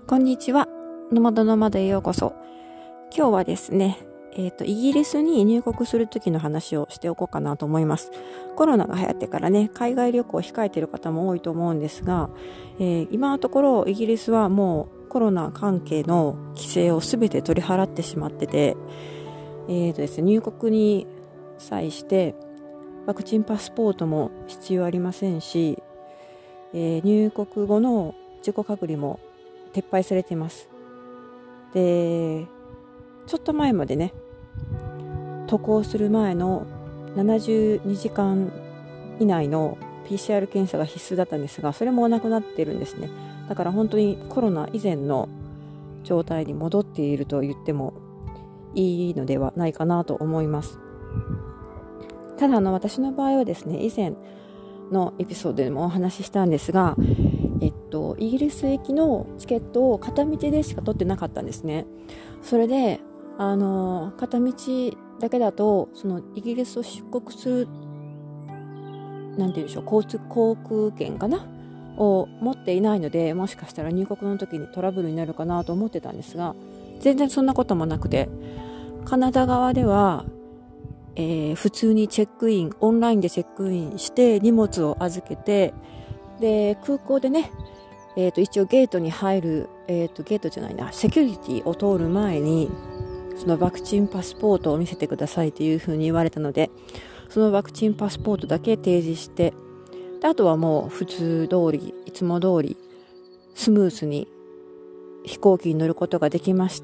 こんにちは。ノマドノマドへようこそ。今日はですね、イギリスに入国する時の話をしておこうかなと思います。コロナが流行ってからね、海外旅行を控えている方も多いと思うんですが、今のところイギリスはもうコロナ関係の規制をすべて取り払ってしまってて、ですね、入国に際してワクチンパスポートも必要ありませんし、入国後の自己隔離も撤廃されています。で、ちょっと前までね、渡航する前の72時間以内の PCR 検査が必須だったんですが、それもなくなってるんですね。だから本当にコロナ以前の状態に戻っていると言ってもいいのではないかなと思います。ただ私の場合はですね、以前のエピソードでもお話ししたんですが、イギリス行きのチケットを片道でしか取ってなかったんですね。それで片道だけだとそのイギリスを出国するなんていうんでしょう、航空券かなを持っていないので、もしかしたら入国の時にトラブルになるかなと思ってたんですが、全然そんなこともなくて、カナダ側では、普通にオンラインでチェックインして荷物を預けて、で空港でね、一応ゲートに入る、ゲートじゃないな、セキュリティを通る前にそのワクチンパスポートを見せてくださいというふうに言われたので、そのワクチンパスポートだけ提示して、であとはもう普通通り、いつも通りスムースに飛行機に乗ることができました。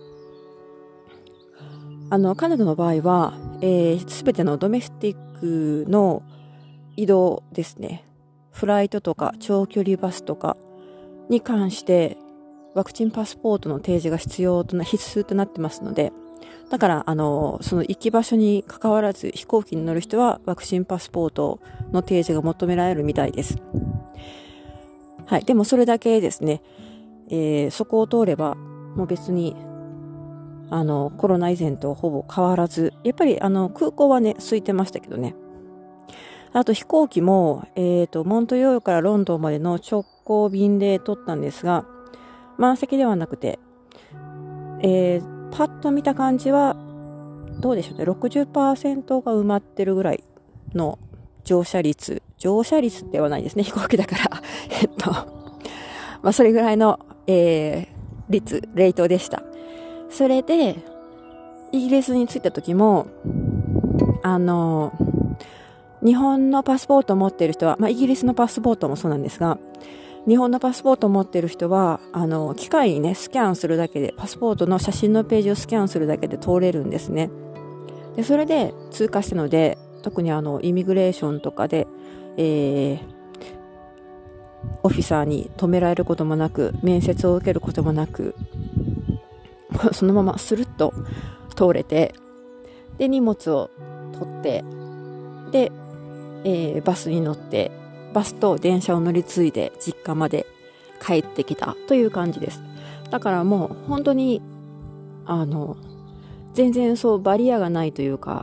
カナダの場合は、すべてのドメスティックの移動ですね、フライトとか長距離バスとかに関してワクチンパスポートの提示が必須となってますので、だからその行き場所に関わらず飛行機に乗る人はワクチンパスポートの提示が求められるみたいです。はい、でもそれだけですね。そこを通ればもう別にコロナ以前とほぼ変わらず、やっぱり空港はね空いてましたけどね。あと飛行機も、モントリオールからロンドンまでの直行便で取ったんですが、満席ではなくて、パッと見た感じはどうでしょうね、 60% が埋まってるぐらいの乗車率ではないですね、飛行機だからそれぐらいの、レートでした。それでイギリスに着いた時も日本のパスポートを持っている人は、イギリスのパスポートもそうなんですが、日本のパスポートを持っている人は機械にねスキャンするだけで、パスポートの写真のページをスキャンするだけで通れるんですね。でそれで通過したので、特にイミグレーションとかで、オフィサーに止められることもなく、面接を受けることもなく、そのままスルッと通れて、で荷物を取って、で、バスに乗って、バスと電車を乗り継いで実家まで帰ってきたという感じです。だからもう本当に全然そうバリアがないというか、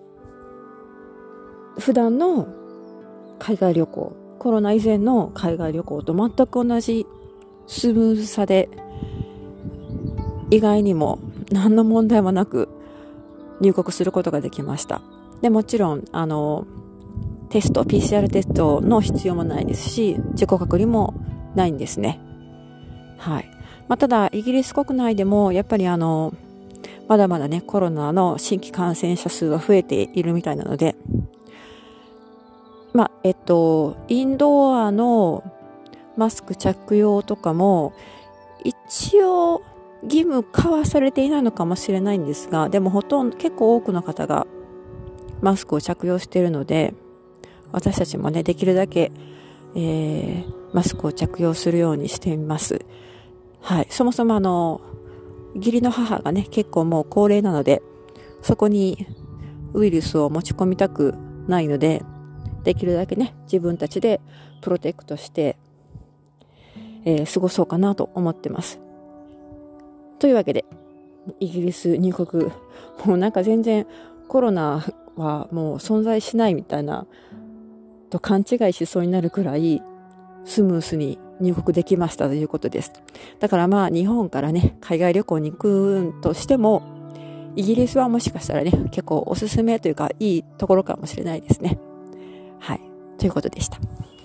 普段の海外旅行、コロナ以前の海外旅行と全く同じスムーズさで、意外にも何の問題もなく入国することができました。でもちろんPCR テストの必要もないですし、自己隔離もないんですね。はい。ただイギリス国内でもやっぱりまだまだねコロナの新規感染者数は増えているみたいなので、インドアのマスク着用とかも一応義務化はされていないのかもしれないんですが、でも結構多くの方がマスクを着用しているので、私たちもねできるだけ、マスクを着用するようにしています。はい。そもそも義理の母がね結構もう高齢なので、そこにウイルスを持ち込みたくないので、できるだけね自分たちでプロテクトして、過ごそうかなと思ってます。というわけでイギリス入国、もうなんか全然コロナはもう存在しないみたいなと勘違いしそうになるくらいスムースに入国できましたということです。だからまあ日本からね、海外旅行に行くとしても、イギリスはもしかしたらね、結構おすすめというかいいところかもしれないですね。はい。ということでした。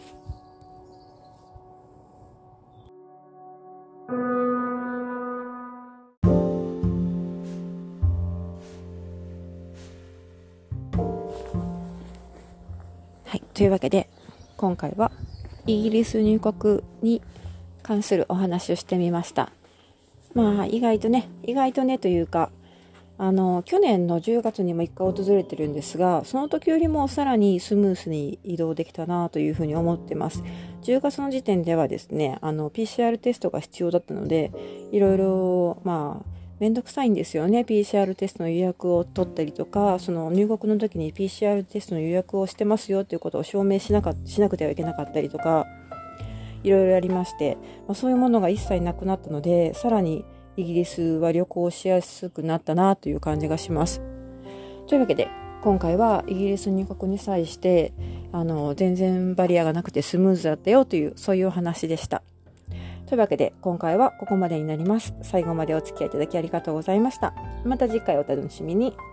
はい。というわけで、今回はイギリス入国に関するお話をしてみました。まあ意外とねというか、去年の10月にも1回訪れてるんですが、その時よりもさらにスムースに移動できたなというふうに思ってます。10月の時点ではですね、PCR テストが必要だったので、いろいろめんどくさいんですよね。PCR テストの予約を取ったりとか、その入国の時に PCR テストの予約をしてますよということを証明しなくてはいけなかったりとか、いろいろありまして、そういうものが一切なくなったので、さらにイギリスは旅行しやすくなったなという感じがします。というわけで、今回はイギリス入国に際して全然バリアがなくてスムーズだったよという、そういうお話でした。というわけで、今回はここまでになります。最後までお付き合いいただきありがとうございました。また次回お楽しみに。